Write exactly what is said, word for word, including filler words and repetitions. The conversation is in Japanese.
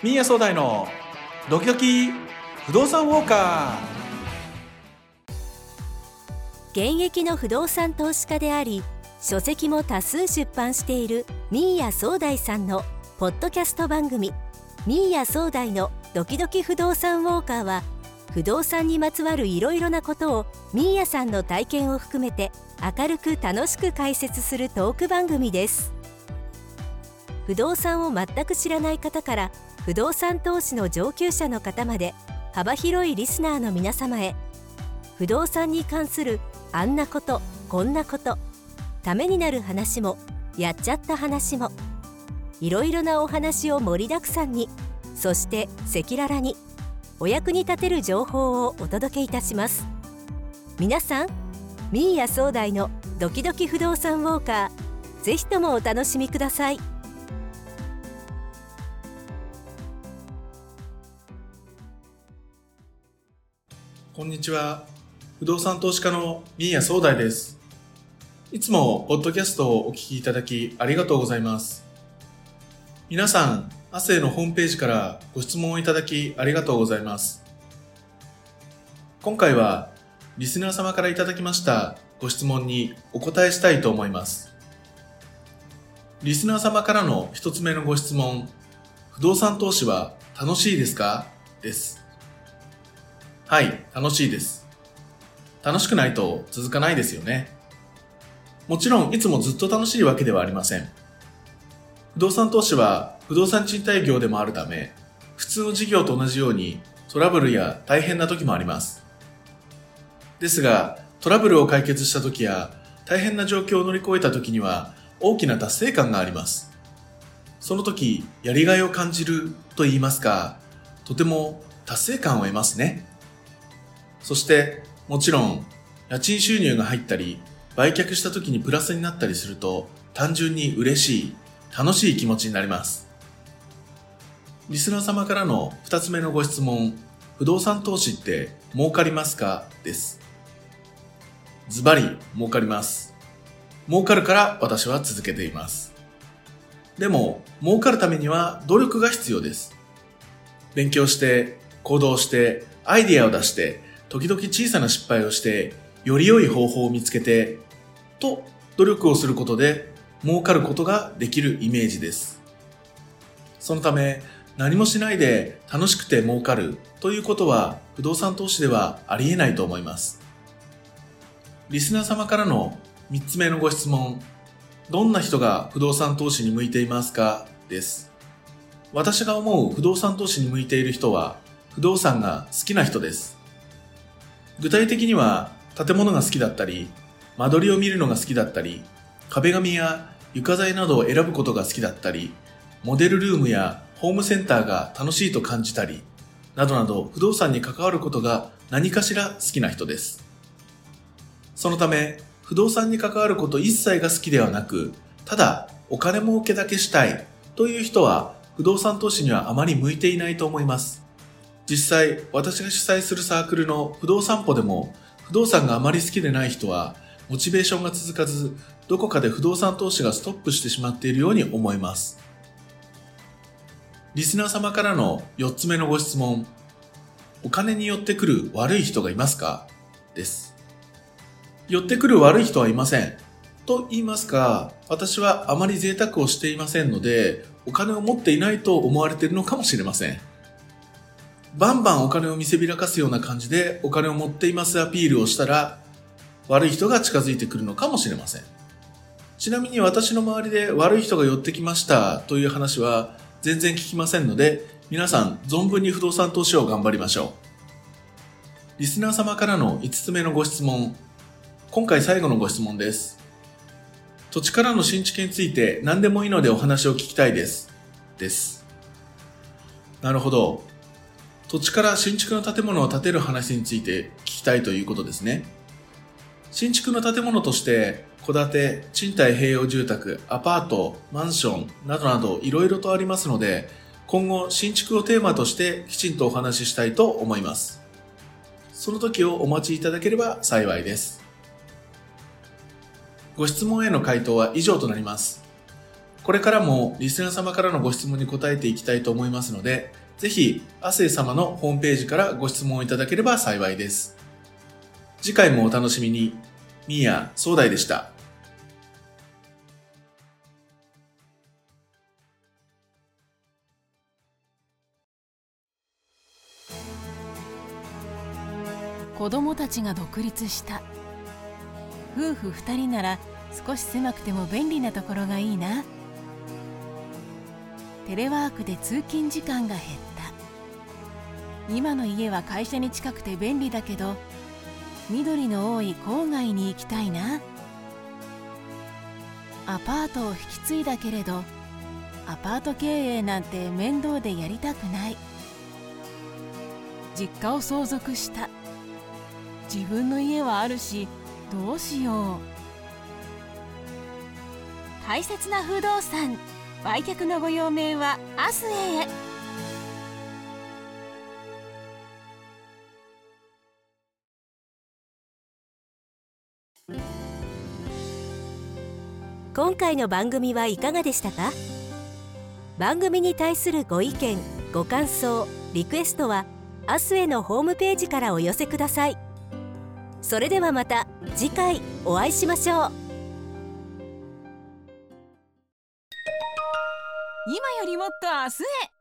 新谷総大のドキドキ不動産ウォーカー。現役の不動産投資家であり、書籍も多数出版している新谷総大さんのポッドキャスト番組新谷総大のドキドキ不動産ウォーカーは、不動産にまつわるいろいろなことを新谷さんの体験を含めて明るく楽しく解説するトーク番組です。不動産を全く知らない方から不動産投資の上級者の方まで、幅広いリスナーの皆様へ、不動産に関するあんなことこんなこと、ためになる話もやっちゃった話も、いろいろなお話を盛りだくさんに、そして赤裸々にお役に立てる情報をお届けいたします。皆さん、新谷総大のドキドキ不動産ウォーカー、ぜひともお楽しみください。 こんにちは。不動産投資家の新谷総大です。いつもポッドキャストをお聞きいただきありがとうございます。皆さん、アセイのホームページからご質問をいただきありがとうございます。今回はリスナー様からいただきましたご質問にお答えしたいと思います。リスナー様からの一つ目のご質問、不動産投資は楽しいですか？です。はい、楽しいです。楽しくないと続かないですよね。もちろんいつもずっと楽しいわけではありません。不動産投資は不動産賃貸業でもあるため、普通の事業と同じようにトラブルや大変な時もあります。ですが、トラブルを解決した時や大変な状況を乗り越えた時には大きな達成感があります。その時、やりがいを感じると言いますか、とても達成感を得ますね。そして、もちろん、家賃収入が入ったり、売却した時にプラスになったりすると、単純に嬉しい、楽しい気持ちになります。リスナー様からの二つ目のご質問、不動産投資って儲かりますか？です。ズバリ儲かります。儲かるから私は続けています。でも、儲かるためには努力が必要です。勉強して、行動して、アイデアを出して、時々小さな失敗をして、より良い方法を見つけて、と努力をすることで儲かることができるイメージです。そのため、何もしないで楽しくて儲かるということは不動産投資ではありえないと思います。リスナー様からの三つ目のご質問、どんな人が不動産投資に向いていますか？です。私が思う不動産投資に向いている人は、不動産が好きな人です。具体的には、建物が好きだったり、間取りを見るのが好きだったり、壁紙や床材などを選ぶことが好きだったり、モデルルームやホームセンターが楽しいと感じたり、などなど不動産に関わることが何かしら好きな人です。そのため、不動産に関わること一切が好きではなく、ただお金儲けだけしたいという人は、不動産投資にはあまり向いていないと思います。実際、私が主催するサークルの不動産歩でも、不動産があまり好きでない人は、モチベーションが続かず、どこかで不動産投資がストップしてしまっているように思います。リスナー様からのよっつめのご質問、お金に寄ってくる悪い人がいますか？です。寄ってくる悪い人はいません。と言いますか、私はあまり贅沢をしていませんので、お金を持っていないと思われているのかもしれません。バンバンお金を見せびらかすような感じでお金を持っていますアピールをしたら悪い人が近づいてくるのかもしれません。ちなみに私の周りで悪い人が寄ってきましたという話は全然聞きませんので、皆さん存分に不動産投資を頑張りましょう。リスナー様からのいつつめのご質問、今回最後のご質問です。土地からの新築について何でもいいのでお話を聞きたいです。です。なるほど。土地から新築の建物を建てる話について聞きたいということですね。新築の建物として、戸建て、賃貸併用住宅、アパート、マンションなどなどいろいろとありますので、今後新築をテーマとしてきちんとお話ししたいと思います。その時をお待ちいただければ幸いです。ご質問への回答は以上となります。 これからもリスナー様からのご質問に答えていきたいと思いますので、ぜひアスエ様のホームページからご質問いただければ幸いです。次回もお楽しみに。ミーヤ壮大でした。 子供たちが独立した。夫婦二人なら少し狭くても便利なところがいいな。テレワークで通勤時間が減った。今の家は会社に近くて便利だけど、緑の多い郊外に行きたいな。アパートを引き継いだけれど、アパート経営なんて面倒でやりたくない。実家を相続した。自分の家はあるし、どうしよう。大切な不動産、売却のご用命はアスエへ。 今回の番組はいかがでしたか？番組に対するご意見、ご感想、リクエストはアスエのホームページからお寄せください。それではまた次回お会いしましょう。 今よりもっと明日へ。